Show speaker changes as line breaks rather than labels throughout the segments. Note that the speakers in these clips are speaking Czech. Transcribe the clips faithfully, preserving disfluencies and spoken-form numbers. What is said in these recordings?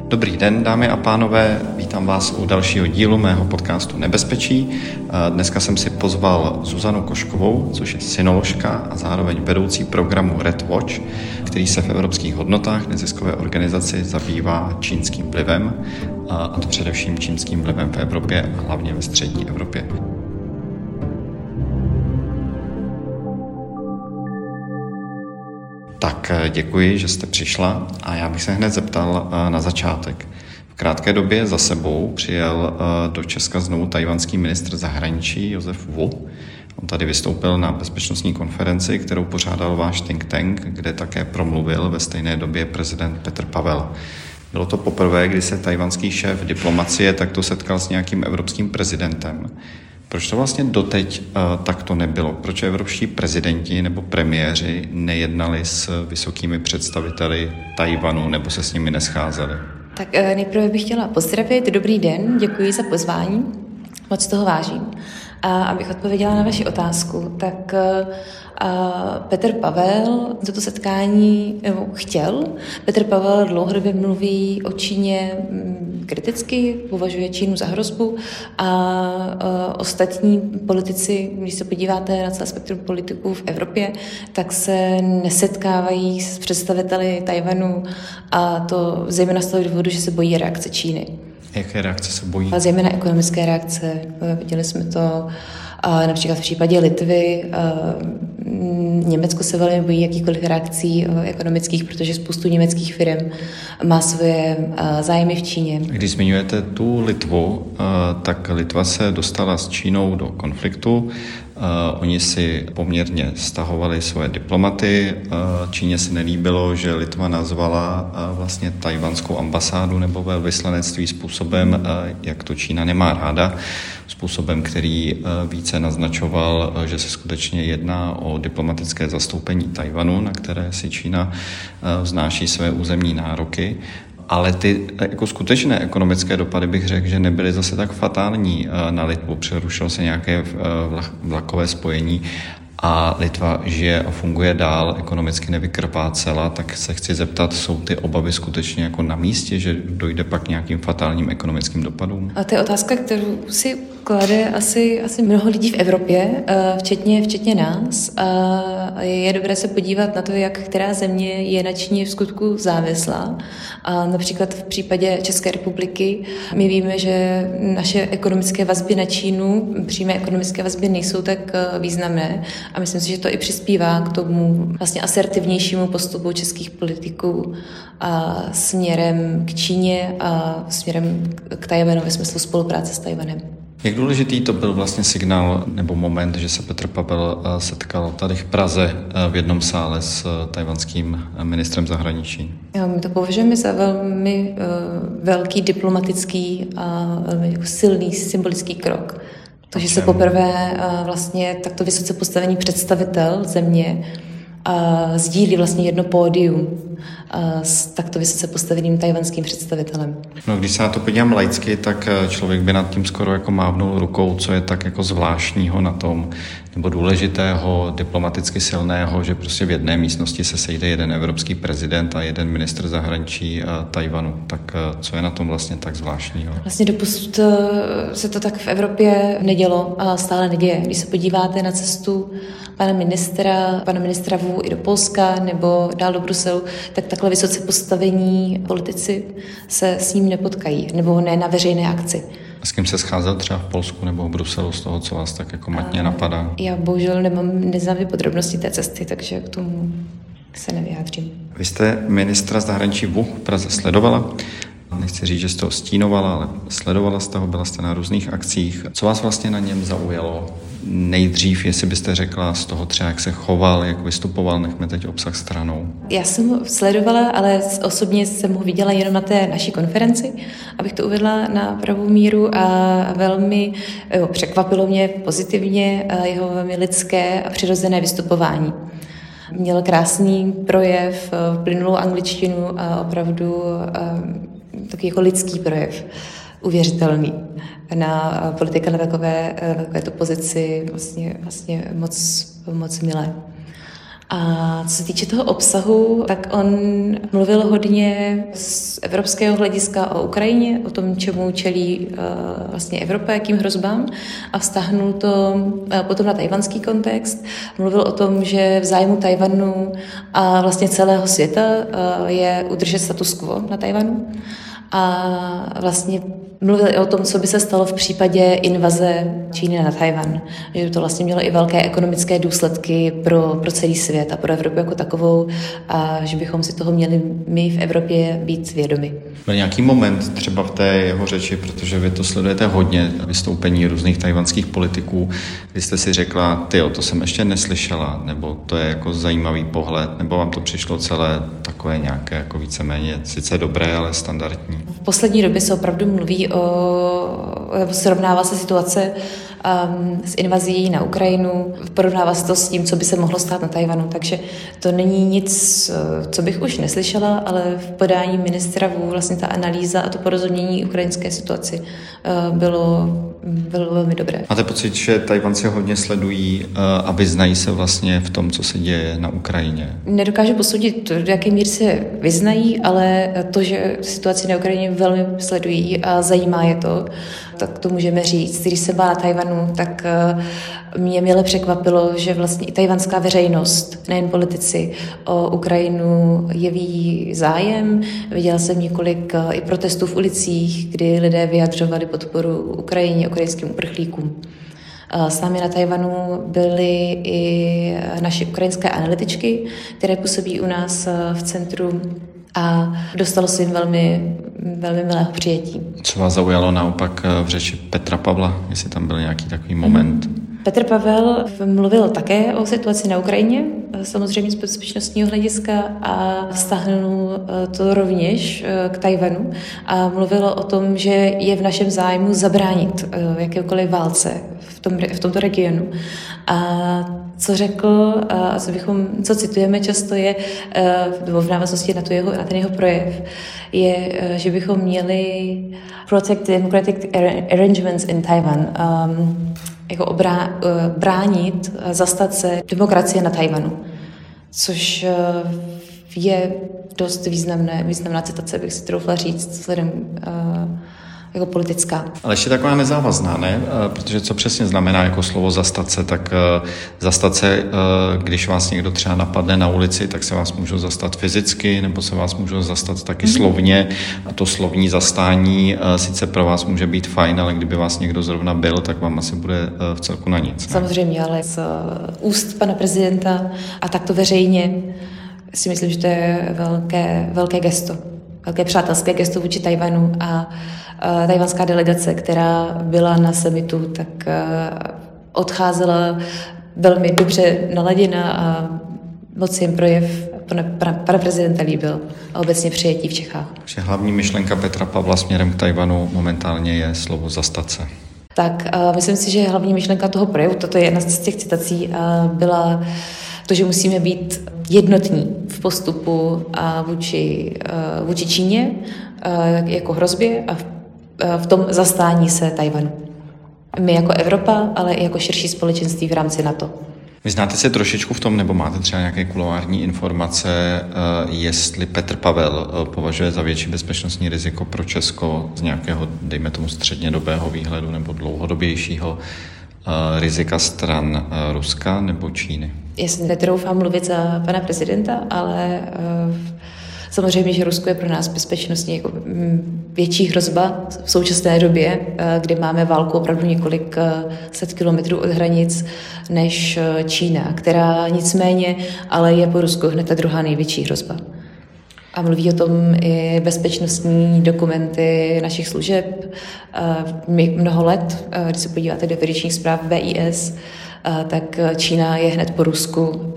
Dobrý den, dámy a pánové, vítám vás u dalšího dílu mého podcastu Nebezpečí. Dneska jsem si pozval Zuzanu Koškovou, což je synoložka a zároveň vedoucí programu Red Watch, který se v evropských hodnotách neziskové organizaci zabývá čínským vlivem, a to především čínským vlivem v Evropě a hlavně ve střední Evropě. Tak děkuji, že jste přišla a já bych se hned zeptal na začátek. V krátké době za sebou přijel do Česka znovu tajvanský ministr zahraničí Josef Wu. On tady vystoupil na bezpečnostní konferenci, kterou pořádal váš think tank, kde také promluvil ve stejné době prezident Petr Pavel. Bylo to poprvé, kdy se tajvanský šéf diplomacie takto setkal s nějakým evropským prezidentem. Proč to vlastně doteď uh, takto nebylo? Proč evropští prezidenti nebo premiéři nejednali s vysokými představiteli Tajvanu nebo se s nimi nescházeli?
Tak uh, nejprve bych chtěla pozdravit. Dobrý den, děkuji za pozvání. Moc toho vážím. A abych odpověděla na vaši otázku, tak uh, Petr Pavel toto setkání nebo chtěl. Petr Pavel dlouhodobě mluví o Číně kriticky, považuje Čínu za hrozbu a uh, ostatní politici, když se podíváte na celé spektrum politiků v Evropě, tak se nesetkávají s představiteli Tajvanu a to zejména z toho důvodu, že se bojí reakce Číny.
Jaké reakce se bojí?
A zejména ekonomické reakce. Viděli jsme to a například v případě Litvy. Německo se velmi bojí jakýchkoliv reakcí ekonomických, protože spoustu německých firm má svoje zájmy v Číně.
Když zmiňujete tu Litvu, tak Litva se dostala s Čínou do konfliktu. Uh, oni si poměrně stahovali svoje diplomaty. Uh, Číně se nelíbilo, že Litva nazvala uh, vlastně tajvanskou ambasádu nebo velvyslanectví způsobem, uh, jak to Čína nemá ráda, způsobem, který uh, více naznačoval, uh, že se skutečně jedná o diplomatické zastoupení Tajvanu, na které si Čína uh, vznáší své územní nároky. Ale ty jako skutečné ekonomické dopady bych řekl, že nebyly zase tak fatální na Litvu. Přerušilo se nějaké vlakové spojení a Litva žije a funguje dál, ekonomicky nevykrpá celá, tak se chci zeptat, jsou ty obavy skutečně jako na místě, že dojde pak k nějakým fatálním ekonomickým dopadům?
A to je otázka, kterou si klade asi, asi mnoho lidí v Evropě, včetně, včetně nás. A je dobré se podívat na to, jak která země je na Číně v skutku závislá. A například v případě České republiky my víme, že naše ekonomické vazby na Čínu, přímé ekonomické vazby nejsou tak významné. A myslím si, že to i přispívá k tomu vlastně asertivnějšímu postupu českých politiků a směrem k Číně a směrem k Tajvanu ve smyslu spolupráce s Tajvanem.
Jak důležitý to byl vlastně signál nebo moment, že se Petr Pavel setkal tady v Praze v jednom sále s tajvanským ministrem zahraničí?
My to považujeme za velmi uh, velký diplomatický a velmi jako silný symbolický krok. Takže se poprvé uh, vlastně takto vysoce postavený představitel země uh, sdílí vlastně jedno pódium uh, s takto vysoce postaveným tajvanským představitelem.
No, když se na to podívám laicky, tak člověk by nad tím skoro jako mávnul rukou, co je tak jako zvláštního na tom, nebo důležitého, diplomaticky silného, že prostě v jedné místnosti se sejde jeden evropský prezident a jeden ministr zahraničí Tajvanu. Tak co je na tom vlastně tak zvláštního?
Vlastně doposud se to tak v Evropě nedělo a stále neděje. Když se podíváte na cestu pana ministra, pana ministra Wu i do Polska nebo dál do Bruselu, tak takhle vysoce postavení politici se s ním nepotkají, nebo ne na veřejné akci.
A s kým se scházel třeba v Polsku nebo v Bruselu z toho, co vás tak jako matně napadá?
Já bohužel nemám, neznám podrobnosti té cesty, takže k tomu se nevyjádřím.
Vy jste ministra zahraničí Wu v Praze sledovala. Nechci říct, že jste ho stínovala, ale sledovala jste ho, byla jste na různých akcích. Co vás vlastně na něm zaujalo nejdřív, jestli byste řekla z toho třeba, jak se choval, jak vystupoval, nechme teď obsah stranou?
Já jsem ho sledovala, ale osobně jsem ho viděla jenom na té naší konferenci, abych to uvedla na pravou míru a velmi jo, překvapilo mě pozitivně jeho velmi lidské a přirozené vystupování. Měl krásný projev, plynulou angličtinu a opravdu takový jako lidský projev, uvěřitelný. Na politika na takové, na takovéto pozici vlastně, vlastně moc, moc milé. A co se týče toho obsahu, tak on mluvil hodně z evropského hlediska o Ukrajině, o tom, čemu čelí uh, vlastně Evropa, jakým hrozbám, a vztahnul to uh, potom na tajvanský kontext. Mluvil o tom, že v zájmu Tajvanu a vlastně celého světa uh, je udržet status quo na Tajvanu. A vlastně mluvili o tom, co by se stalo v případě invaze Číny na Tajvan. Že by to vlastně mělo i velké ekonomické důsledky pro, pro celý svět a pro Evropu jako takovou, a že bychom si toho měli my v Evropě být vědomi.
Byl nějaký moment třeba v té jeho řeči, protože vy to sledujete hodně, vystoupení různých tajvanských politiků, kdy jste si řekla, tyjo, to jsem ještě neslyšela, nebo to je jako zajímavý pohled, nebo vám to přišlo celé takové nějaké jako víceméně sice dobré, ale standardní?
V poslední době se opravdu mluví o, nebo srovnává se situace um, s invazí na Ukrajinu, porovnává se to s tím, co by se mohlo stát na Tajvanu, takže to není nic, co bych už neslyšela, ale v podání ministra Wu vlastně ta analýza a to porozumění ukrajinské situaci uh, bylo, bylo velmi dobré.
Máte pocit, že Tajvanci hodně sledují uh, a vyznají se vlastně v tom, co se děje na Ukrajině?
Nedokážu posoudit, do jaké míry se vyznají, ale to, že situaci na Ukrajině velmi sledují a zajímá je to, tak to můžeme říct. Když jsem byla na Tajvanu, tak mě mile překvapilo, že vlastně i tajvanská veřejnost, nejen politici, o Ukrajinu jeví zájem. Viděla jsem několik i protestů v ulicích, kdy lidé vyjadřovali podporu Ukrajině, ukrajinským uprchlíkům. S námi na Tajvanu byly i naše ukrajinské analytičky, které působí u nás v centru, a dostalo se jim velmi, velmi milého přijetí.
Co vás zaujalo naopak v řeči Petra Pavla, jestli tam byl nějaký takový moment?
Petr Pavel mluvil také o situaci na Ukrajině, samozřejmě z bezpečnostního hlediska, a vztahnul to rovněž k Tajvanu a mluvil o tom, že je v našem zájmu zabránit jakékoliv válce v, tom, v tomto regionu. A co řekl, a co, bychom, co citujeme často je, v návaznosti na, tu jeho, na ten jeho projev, je, že bychom měli protect democratic arrangements in Taiwan, um, jako obrá, bránit, zastat se demokracie na Tajvanu, což je dost významné, významná citace, bych si troufla říct, vzhledem jako politická.
Ale ještě taková nezávazná, ne? Protože co přesně znamená jako slovo zastat se, tak zastat se, když vás někdo třeba napadne na ulici, tak se vás můžou zastat fyzicky, nebo se vás můžou zastat taky mm-hmm. slovně, a to slovní zastání sice pro vás může být fajn, ale kdyby vás někdo zrovna byl, tak vám asi bude v celku na nic. Ne?
Samozřejmě, ale z úst pana prezidenta a takto veřejně si myslím, že to je velké, velké gesto, velké přátelské gesto vůči Tajvanu, a tajvanská delegace, která byla na summitu, tak odcházela velmi dobře naladěna a moc jim projev pana, pana, pana prezidenta líbil a obecně přijetí v Čechách.
Takže hlavní myšlenka Petra Pavla směrem k Tajvanu momentálně je slovo zastat se.
Tak myslím si, že hlavní myšlenka toho projevu, toto je jedna z těch citací, byla to, že musíme být jednotní v postupu a vůči, vůči Číně jako hrozbě a v, v tom zastání se Tajvanu. My jako Evropa, ale i jako širší společenství v rámci NATO.
Vy znáte se trošičku v tom, nebo máte třeba nějaké kuloární informace, jestli Petr Pavel považuje za větší bezpečnostní riziko pro Česko z nějakého, dejme tomu, střednědobého výhledu nebo dlouhodobějšího rizika stran Ruska nebo Číny?
Já si netroufám mluvit za pana prezidenta, ale samozřejmě, že Rusko je pro nás bezpečnostně jako větší hrozba v současné době, kdy máme válku opravdu několik set kilometrů od hranic než Čína, která nicméně ale je po Rusku hned ta druhá největší hrozba. A mluví o tom i bezpečnostní dokumenty našich služeb. Mnoho let, když se podíváte do výročních zpráv B I S, tak Čína je hned po Rusku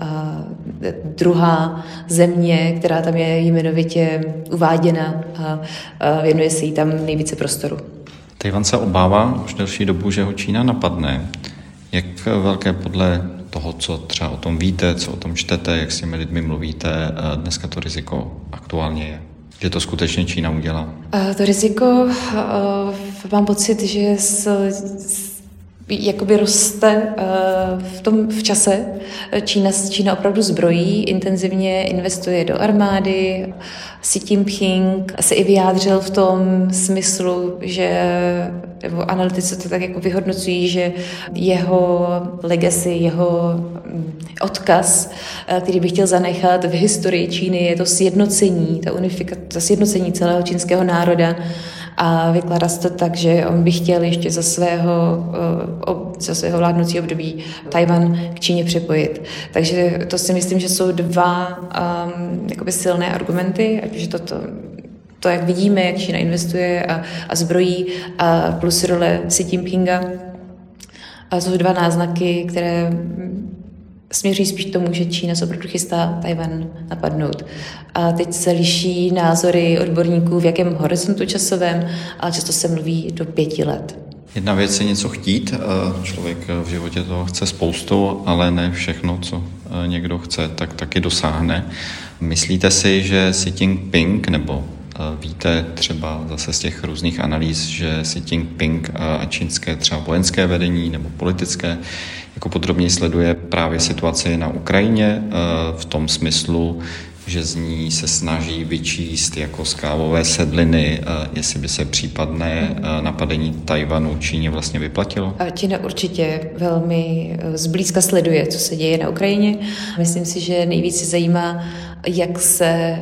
druhá země, která tam je jmenovitě uváděna a věnuje se jí tam nejvíce prostoru.
Tajvan se obává už delší dobu, že ho Čína napadne. Jak velké podle toho, co třeba o tom víte, co o tom čtete, jak s těmi lidmi mluvíte, dneska to riziko aktuálně je? Že to skutečně Čína udělá?
To riziko, mám pocit, že s, jakoby roste v tom v čase. Čína, Čína opravdu zbrojí, intenzivně investuje do armády. Xi Jinping se i vyjádřil v tom smyslu, že nebo analytici to tak jako vyhodnocují, že jeho legacy, jeho odkaz, který by chtěl zanechat v historii Číny, je to sjednocení, ta unifikace, to sjednocení celého čínského národa. A vykládá se to tak, že on by chtěl ještě za svého, za svého vládnoucí období Tajvan k Číně připojit. Takže to si myslím, že jsou dva um, jakoby silné argumenty, že to, to, to, jak vidíme, jak Čína investuje a, a zbrojí, a plus role Xi Jinpinga. A jsou dva náznaky, které směřují spíš k tomu, že Čína se opravdu chystá Tajvan napadnout. A teď se liší názory odborníků, v jakém horizontu časovém, ale často se mluví do pěti let.
Jedna věc je něco chtít, člověk v životě toho chce spoustu, ale ne všechno, co někdo chce, tak taky dosáhne. Myslíte si, že Xi Jinping, nebo víte třeba zase z těch různých analýz, že Xi Jinping a čínské třeba vojenské vedení nebo politické jako podrobně sleduje právě situaci na Ukrajině v tom smyslu, že z ní se snaží vyčíst jako z kávové sedliny, jestli by se případné napadení Tajvanu Číně vlastně vyplatilo?
Čína určitě velmi zblízka sleduje, co se děje na Ukrajině. Myslím si, že nejvíce zajímá, jak se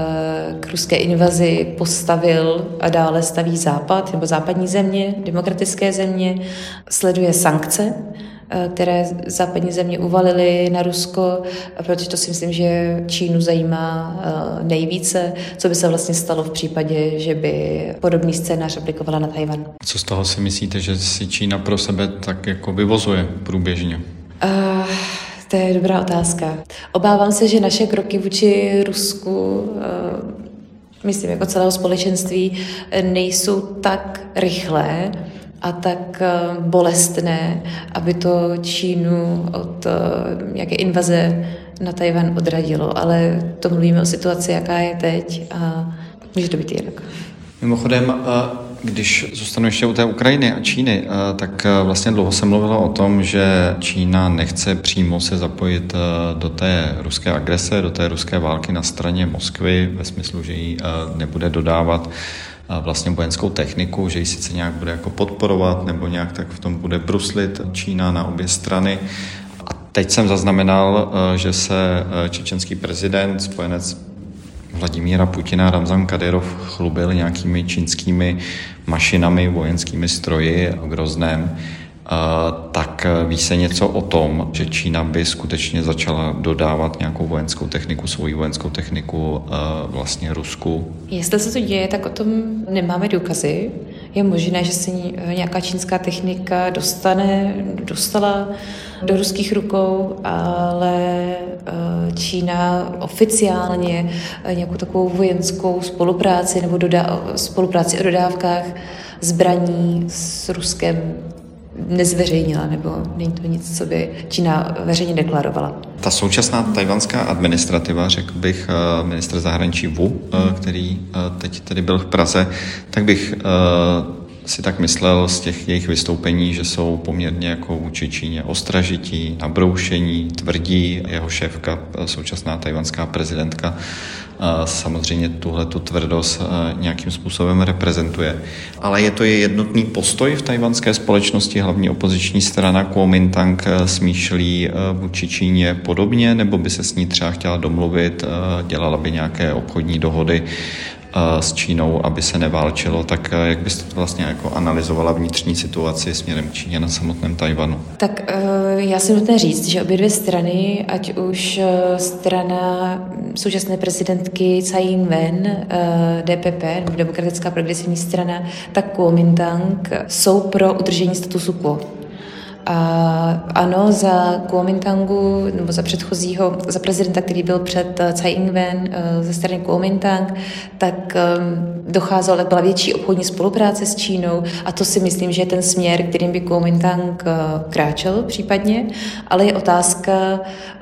k ruské invazi postavil a dále staví Západ, nebo západní země, demokratické země, sleduje sankce, které západní země uvalily na Rusko, protože to si myslím, že Čínu zajímá nejvíce, co by se vlastně stalo v případě, že by podobný scénář aplikovala na Tajvan.
Co z toho si myslíte, že si Čína pro sebe tak jako vyvozuje průběžně?
Uh, to je dobrá otázka. Obávám se, že naše kroky vůči Rusku, uh, myslím jako celého společenství, nejsou tak rychlé a tak bolestné, aby to Čínu od nějaké invaze na Tajvan odradilo. Ale to mluvíme o situaci, jaká je teď, a může to být jinak.
Mimochodem, když zůstanu ještě u té Ukrajiny a Číny, tak vlastně dlouho se mluvilo o tom, že Čína nechce přímo se zapojit do té ruské agrese, do té ruské války na straně Moskvy, ve smyslu, že ji nebude dodávat vlastně vojenskou techniku, že ji sice nějak bude jako podporovat, nebo nějak tak v tom bude bruslit Čína na obě strany. A teď jsem zaznamenal, že se čečenský prezident, spojenec Vladimíra Putina, Ramzan Kadyrov, chlubil nějakými čínskými mašinami, vojenskými stroji v Grozném. Tak ví se něco o tom, že Čína by skutečně začala dodávat nějakou vojenskou techniku, svoji vojenskou techniku vlastně Rusku?
Jestli se to děje, tak o tom nemáme důkazy. Je možné, že se nějaká čínská technika dostane, dostala do ruských rukou, ale Čína oficiálně nějakou takovou vojenskou spolupráci nebo dodá, spolupráci o dodávkách zbraní s Ruskem nezveřejnila, nebo není to nic, co by Čína veřejně deklarovala.
Ta současná tajvanská administrativa, řekl bych, ministr zahraničí Wu, který teď tedy byl v Praze, tak bych si tak myslel z těch jejich vystoupení, že jsou poměrně jako vůči Číně ostražití, nabroušení, tvrdí. Jeho šéfka, současná tajvanská prezidentka, samozřejmě tuhletu tvrdost nějakým způsobem reprezentuje. Ale je to je jednotný postoj v tajvanské společnosti, hlavní opoziční strana Kuomintang smýšlí vůči Číně podobně, nebo by se s ní třeba chtěla domluvit, dělala by nějaké obchodní dohody s Čínou, aby se neválčilo, tak jak byste to vlastně jako analyzovala vnitřní situaci směrem k Číně na samotném Tajvanu?
Tak já si nutné říct, že obě dvě strany, ať už strana současné prezidentky Tsai Ing-wen, D P P, nebo Demokratická progresivní strana, tak Kuomintang jsou pro udržení statusu quo. A ano, za Kuomintangu, nebo za předchozího, za prezidenta, který byl před Tsai Ing-wen ze strany Kuomintang, tak docházela, byla větší obchodní spolupráce s Čínou a to si myslím, že je ten směr, kterým by Kuomintang kráčel případně, ale je otázka,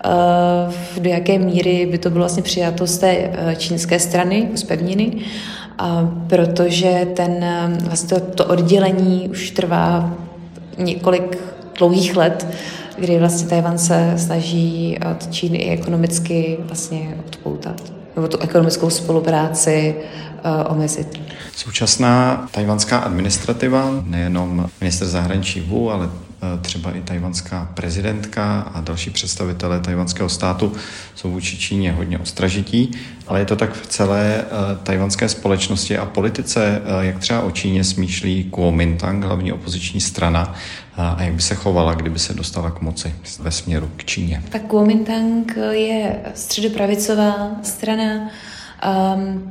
do jaké míry by to bylo vlastně přijato z té čínské strany, z pevniny, a protože ten, vlastně to, to oddělení už trvá několik dlouhých let, kdy vlastně Tchaj-wan se snaží od Číny i ekonomicky vlastně odpoutat, nebo tu ekonomickou spolupráci uh, omezit.
Současná tchajwanská administrativa, nejenom ministr zahraničí Wu, ale třeba i tchajwanská prezidentka a další představitelé tchajwanského státu jsou vůči Číně hodně ostražití, ale je to tak v celé tchajwanské společnosti a politice, jak třeba o Číně smýšlí Kuomintang, hlavní opoziční strana, a jak by se chovala, kdyby se dostala k moci ve směru k Číně.
Tak Kuomintang je středopravicová strana, um,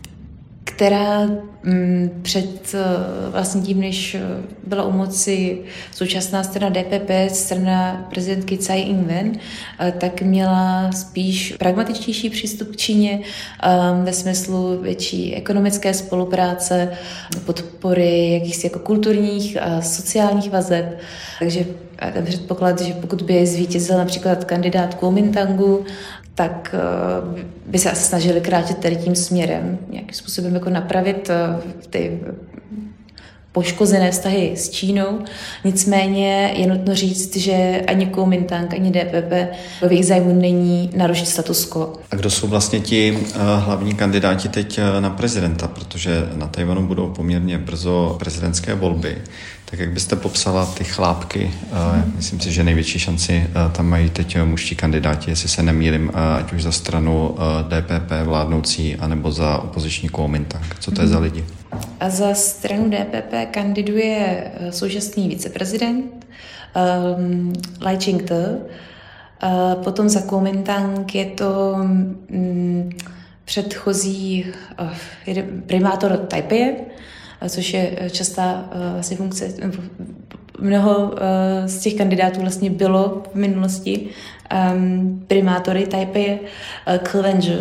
která před vlastně tím, než byla u moci současná strana D P P, strana prezidentky Tsai Ing-wen, tak měla spíš pragmatičtější přístup k Číně ve smyslu větší ekonomické spolupráce, podpory jakýchsi jako kulturních a sociálních vazeb. Takže ten předpoklad, že pokud by zvítězil například kandidát Kuomintangu, tak by se asi snažili krátit tady tím směrem, nějakým způsobem jako napravit ty poškozené vztahy s Čínou. Nicméně je nutno říct, že ani Kuomintang, ani D P P v jejich zájmu není narušit status quo.
A kdo jsou vlastně ti hlavní kandidáti teď na prezidenta? Protože na Tchaj-wanu budou poměrně brzo prezidentské volby. Tak jak byste popsala ty chlápky? Hmm. Myslím si, že největší šanci tam mají teď mužští kandidáti, jestli se nemýlím, ať už za stranu D P P vládnoucí, anebo za opoziční Kuomintang. Co to je hmm. za lidi?
A za stranu D P P kandiduje současný viceprezident um, Lai Ching-te. Uh, potom za Kuomintang je to um, předchozí uh, primátor Taipei, což je častá uh, vlastně funkce. Mnoho uh, z těch kandidátů vlastně bylo v minulosti um, primátory Taipei, uh, Ke Wen-je,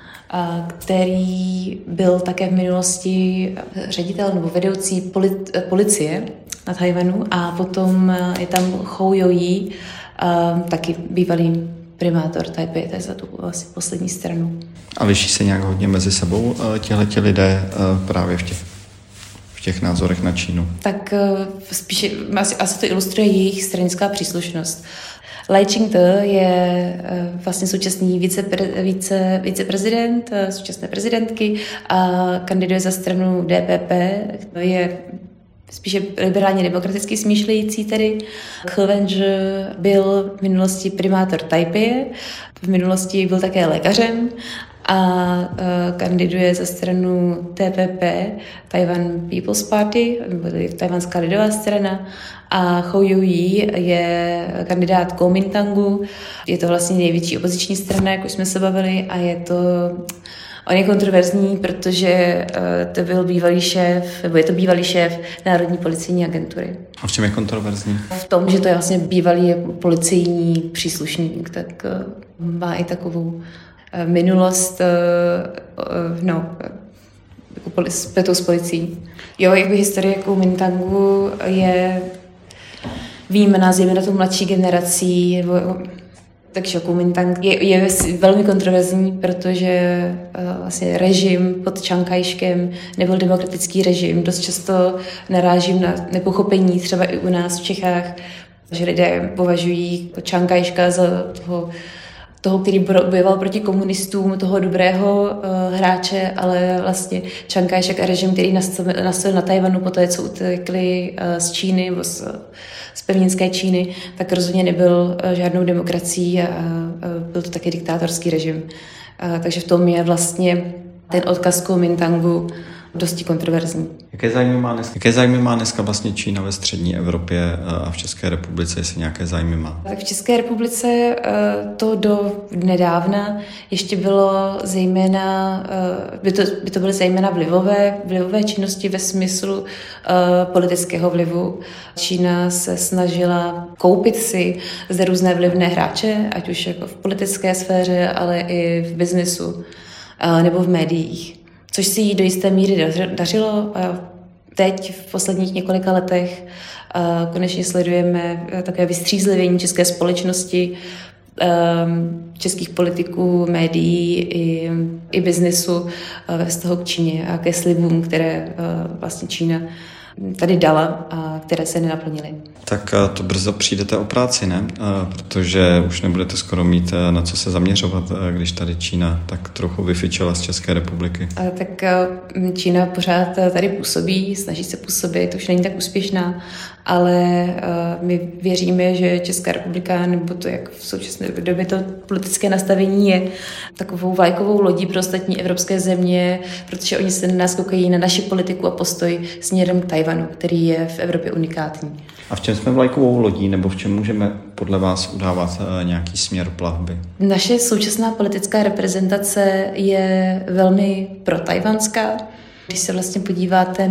který byl také v minulosti ředitel nebo vedoucí policie na Tchaj-wanu, a potom je tam Hou Jou-ji, taky bývalý primátor Taipei, to je za tu vlastně poslední stranu.
A liší se nějak hodně mezi sebou těhleti lidé právě v těch, v těch názorech na Čínu?
Tak spíše asi, asi to ilustruje jejich stranická příslušnost. Lai Ching-te je vlastně současný vicepre, vice, viceprezident, současné prezidentky a kandiduje za stranu D P P. Je spíše liberálně demokraticky smýšlející tedy. Ke Wen-je byl v minulosti primátor Taipei, v minulosti byl také lékařem a kandiduje za stranu T P P, Taiwan People's Party, nebo Tchajwanská lidová strana, a Hou Jou-ji je kandidát Kuomintangu. Je to vlastně největší opoziční strana, jak už jsme se bavili, a je to on je kontroverzní, protože to byl bývalý šéf, nebo je to bývalý šéf Národní policejní agentury.
A v čem je kontroverzní?
V tom, že to je vlastně bývalý policejní příslušník, tak má i takovou minulost, no, jako zpětou s policií. Jo, jakby historie Kuomintangu je výjimná zejména tou mladší generací, nebo, takže Kuomintang je, je velmi kontroverzní, protože uh, vlastně režim pod Chiang Kai-škem nebyl demokratický režim. Dost často narážím na nepochopení třeba i u nás v Čechách, že lidé považují Chiang Kai-ška za toho toho, který bojoval proti komunistům, toho dobrého uh, hráče, ale vlastně Chiang Kai-šek a režim, který nastavil na Tchaj-wanu po té, co utekli uh, z Číny, nebo z, z pevninské Číny, tak rozhodně nebyl uh, žádnou demokracií a uh, byl to taky diktátorský režim. Uh, takže v tom je vlastně ten odkaz Kuomintangu dosti kontroverzní.
Jaké zájmy má dneska, jaké zájmy má dneska vlastně Čína ve střední Evropě a v České republice, jestli nějaké zájmy má?
Tak v České republice to do nedávna ještě bylo zejména, by to, by to byly zejména vlivové, vlivové činnosti ve smyslu uh, politického vlivu. Čína se snažila koupit si zde různé vlivné hráče, ať už jako v politické sféře, ale i v biznesu uh, nebo v médiích. Což si jí do jisté míry dařilo. Teď v posledních několika letech konečně sledujeme takové vystřízlivění české společnosti, českých politiků, médií i, i biznesu ve vztahu k Číně a ke slibům, které vlastně Čína tady dala a které se nenaplnily.
Tak to brzo přijdete o práci, ne? Protože už nebudete skoro mít na co se zaměřovat, když tady Čína tak trochu vyfičela z České republiky.
A tak Čína pořád tady působí, snaží se působit, už není tak úspěšná, ale my věříme, že Česká republika, nebo to, jak v současné době to politické nastavení je, takovou vlajkovou lodí pro ostatní evropské země, protože oni se na nás koukají na naši politiku a postoj směrem k Tajvanu, který je v Evropě unikátní.
A v čem jsme vlajkovou lodí, nebo v čem můžeme podle vás udávat nějaký směr plavby?
Naše současná politická reprezentace je velmi protajvanská. Když se vlastně podíváte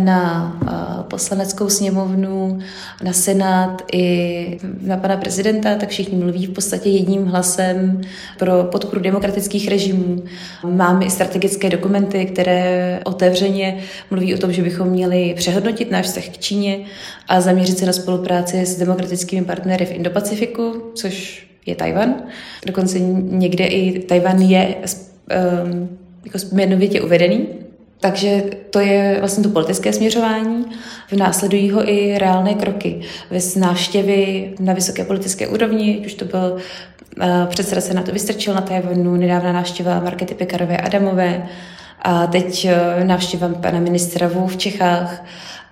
na poslaneckou sněmovnu, na senát i na pana prezidenta, tak všichni mluví v podstatě jedním hlasem pro podporu demokratických režimů. Máme i strategické dokumenty, které otevřeně mluví o tom, že bychom měli přehodnotit náš vztah k Číně a zaměřit se na spolupráci s demokratickými partnery v Indo-Pacifiku, což je Tajvan. Dokonce někde i Tajvan je um, jako jmenovitě uvedený. Takže to je vlastně to politické směřování. Následují ho i reálné kroky. Bez návštěvy na vysoké politické úrovni, už to byl uh, předseda Senátu Vystrčil na Tajvanu, nedávná návštěva Markéty Pekarové Adamové a teď uh, návštěva pana ministra Wu v Čechách.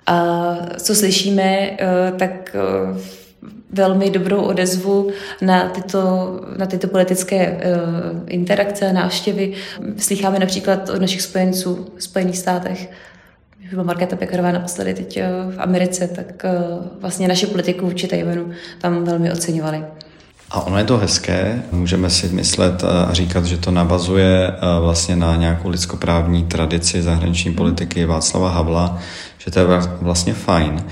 A co slyšíme, uh, tak uh, velmi dobrou odezvu na tyto, na tyto politické uh, interakce a návštěvy. Slycháme například od našich spojenců v Spojených státech. Byla Markéta Pekarová naposledy teď uh, v Americe, tak uh, vlastně naši politiku vůči Tajvanu tam velmi oceňovali.
A ono je to hezké, můžeme si myslet a říkat, že to navazuje vlastně na nějakou lidskoprávní tradici zahraniční politiky Václava Havla, že to je vlastně fajn.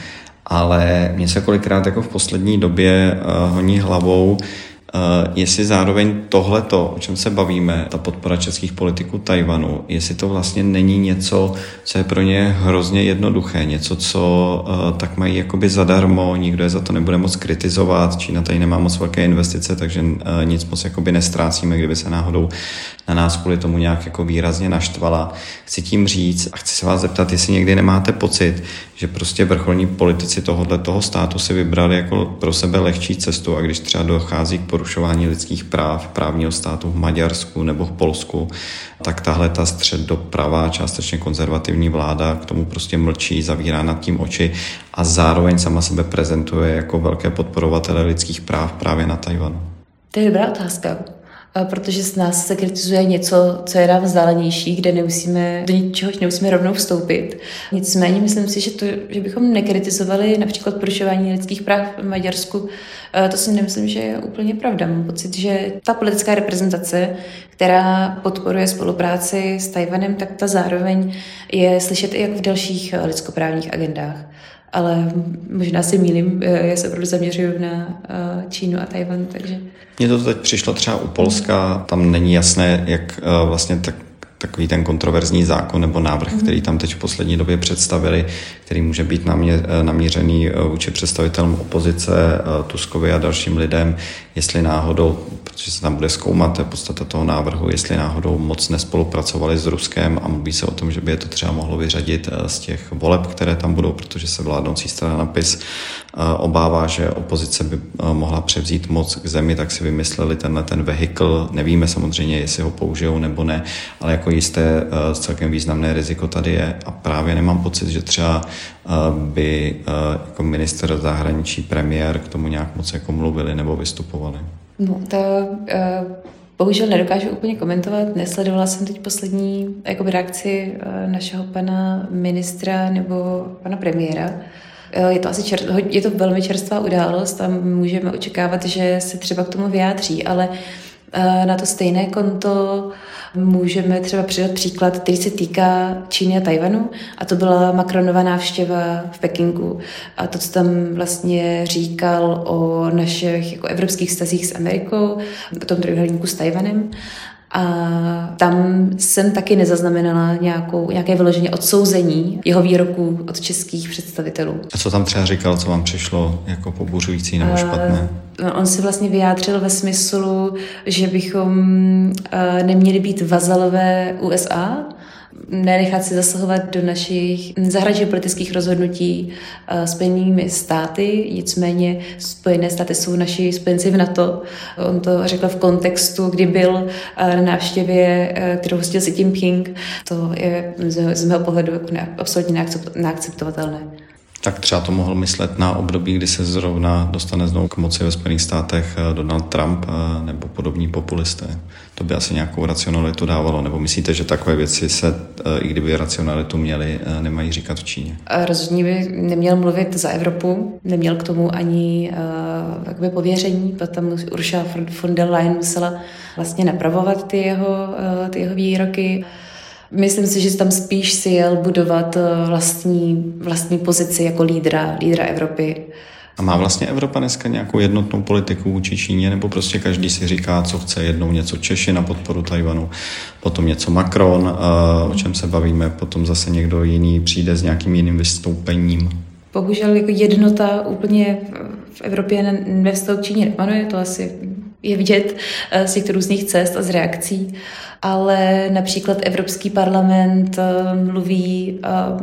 Ale mě se kolikrát jako v poslední době uh, honí hlavou, uh, jestli zároveň tohleto, o čem se bavíme, ta podpora českých politiků Tajvanu, jestli to vlastně není něco, co je pro ně hrozně jednoduché, něco, co uh, tak mají jakoby zadarmo, nikdo je za to nebude moc kritizovat, Čína tady nemá moc velké investice, takže uh, nic moc jakoby nestrácíme, kdyby se náhodou na nás kvůli tomu nějak jako výrazně naštvala. Chci tím říct a chci se vás zeptat, jestli někdy nemáte pocit, že prostě vrcholní politici tohohle toho státu si vybrali jako pro sebe lehčí cestu a když třeba dochází k porušování lidských práv, právního státu v Maďarsku nebo v Polsku, tak tahle ta středopravá, částečně konzervativní vláda k tomu prostě mlčí, zavírá nad tím oči a zároveň sama sebe prezentuje jako velké podporovatele lidských práv právě na Tajvanu.
To je dobrá otázka. Protože z nás se kritizuje něco, co je nám vzdálenější, kde nemusíme, do ničeho nemusíme rovnou vstoupit. Nicméně myslím si, že, to, že bychom nekritizovali například porušování lidských práv v Maďarsku. To si nemyslím, že je úplně pravda. Mám pocit, že ta politická reprezentace, která podporuje spolupráci s Tajvanem, tak ta zároveň je slyšet i jak v dalších lidskoprávních agendách. Ale možná si mýlím, já se opravdu zaměřuju na Čínu a Tajvan, takže...
Mně to teď přišlo třeba u Polska, tam není jasné, jak vlastně tak, takový ten kontroverzní zákon nebo návrh, který tam teď v poslední době představili, který může být namě, namířený vůči představitelům opozice, Tuskovi a dalším lidem, jestli náhodou, protože se tam bude zkoumat, to je podstata toho návrhu, jestli náhodou moc nespolupracovali s Ruskem a mluví se o tom, že by je to třeba mohlo vyřadit z těch voleb, které tam budou, protože se vládnoucí strana PiS obává, že opozice by mohla převzít moc k zemi, tak si vymysleli tenhle ten vehikl. Nevíme samozřejmě, jestli ho použijou nebo ne, ale jako jisté celkem významné riziko tady je a právě nemám pocit, že třeba by jako minister zahraničí, premiér k tomu nějak moc jako mluvili nebo vystupovali.
No, to uh, bohužel nedokážu úplně komentovat. Nesledovala jsem teď poslední jakoby, reakci uh, našeho pana ministra nebo pana premiéra. Uh, je to asi čer, je to velmi čerstvá událost a můžeme očekávat, že se třeba k tomu vyjádří, ale uh, na to stejné konto můžeme třeba přidat příklad, který se týká Číny a Tajvanu, a to byla Macronova návštěva v Pekingu. A to, co tam vlastně říkal o našich jako evropských vztazích s Amerikou, o tom trojúhelníku s Tajvanem. A tam jsem taky nezaznamenala nějakou, nějaké vyloženě odsouzení jeho výroků od českých představitelů.
A co tam třeba říkal, co vám přišlo jako pobuřující nebo špatné?
Uh, on se vlastně vyjádřil ve smyslu, že bychom uh, neměli být vazalové U S A nenechat si zasahovat do našich zahraničních politických rozhodnutí Spojenými státy, nicméně Spojené státy jsou naši spojenci v NATO. On to řekl v kontextu, kdy byl na návštěvě, kterou hostil Xi Jinping. To je z mého pohledu absolutně neakceptovatelné.
Tak třeba to mohl myslet na období, kdy se zrovna dostane znovu k moci ve Spojených státech Donald Trump nebo podobní populisté. To by asi nějakou racionalitu dávalo. Nebo myslíte, že takové věci se, i kdyby racionalitu měli, nemají říkat v Číně?
Rozhodně by neměl mluvit za Evropu, neměl k tomu ani uh, pověření, potom Ursula von der Leyen musela vlastně napravovat ty jeho, uh, ty jeho výroky. Myslím si, že tam spíš si jel budovat vlastní, vlastní pozici jako lídra, lídra Evropy.
A má vlastně Evropa dneska nějakou jednotnou politiku vůči Číně, nebo prostě každý si říká, co chce, jednou něco Češi na podporu Tajvanu, potom něco Macron, o čem se bavíme, potom zase někdo jiný přijde s nějakým jiným vystoupením?
Bohužel jako jednota úplně v Evropě ve vztahu k Číně nepanuje, to asi je vidět z těch různých cest a z reakcí, ale například Evropský parlament mluví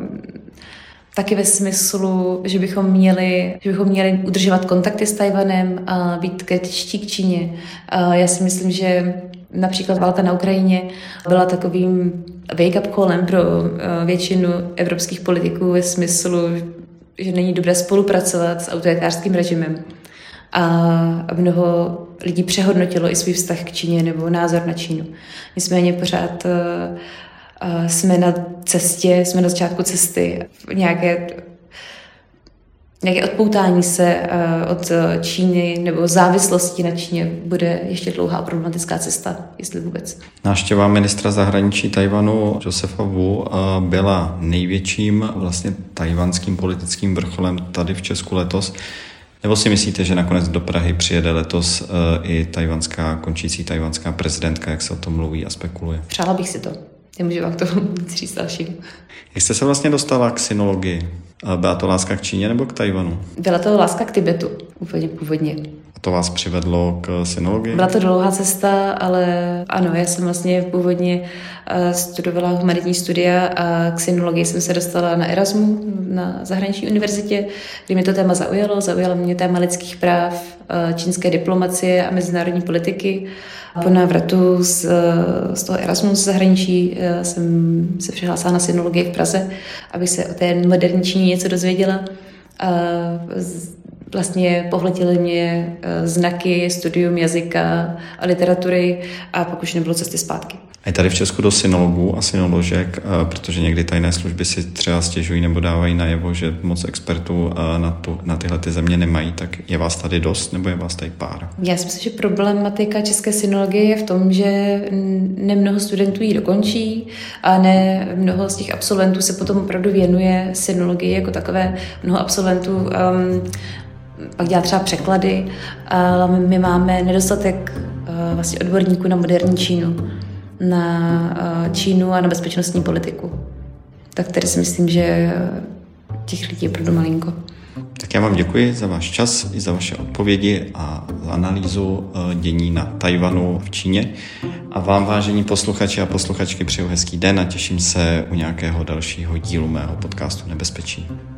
taky ve smyslu, že bychom měli, že bychom měli udržovat kontakty s Tajvanem a být kritičtí k Číně. Já si myslím, že například válka na Ukrajině byla takovým wake-up callem pro většinu evropských politiků ve smyslu, že není dobré spolupracovat s autoritářským režimem. A mnoho lidí přehodnotilo i svůj vztah k Číně nebo názor na Čínu. Nicméně pořád uh, jsme na cestě, jsme na začátku cesty. Nějaké, nějaké odpoutání se uh, od Číny nebo závislosti na Číně bude ještě dlouhá problematická cesta, jestli vůbec.
Návštěva ministra zahraničí Tajvanu Josefa Wu byla největším vlastně tajvanským politickým vrcholem tady v Česku letos. Nebo si myslíte, že nakonec do Prahy přijede letos uh, i tajvanská, končící tajvanská prezidentka, jak se o tom mluví a spekuluje?
Přála bych si to. Nemůžu vám to nic říct dalším.
Jak jste se vlastně dostala k sinologii? Byla to láska k Číně nebo k Tajvanu?
Byla to láska k Tibetu, úplně původně.
A to vás přivedlo k sinologii?
Byla to dlouhá cesta, ale ano, já jsem vlastně původně studovala humanitní studia a k sinologii jsem se dostala na Erasmu, na zahraniční univerzitě, kdy mě to téma zaujalo. Zaujalo mě téma lidských práv, čínské diplomacie a mezinárodní politiky. Po návratu z, z toho Erasmu z zahraničí jsem se přihlásila na sinologii v Praze, abych se o té moderní Číně něco dozvěděla. Vlastně pohletěly mě znaky, studium jazyka a literatury a pak už nebylo cesty zpátky.
A je tady v Česku do synologů a synoložek, protože někdy tajné služby si třeba stěžují nebo dávají najevo, že moc expertů na, tu, na tyhle ty země nemají, tak je vás tady dost nebo je vás tady pár?
Já si myslím, že problematika české synologie je v tom, že nemnoho studentů ji dokončí a ne mnoho z těch absolventů se potom opravdu věnuje synologii jako takové. Mnoho absolventů um, pak dělá třeba překlady, ale my máme nedostatek uh, vlastně odborníků na moderní Čínu, na uh, Čínu a na bezpečnostní politiku. Tak tady si myslím, že těch lidí je opravdu malinko.
Tak já vám děkuji za váš čas i za vaše odpovědi a za analýzu dění na Tajvanu v Číně. A vám, vážení posluchači a posluchačky, přeju hezký den a těším se u nějakého dalšího dílu mého podcastu Nebezpečí.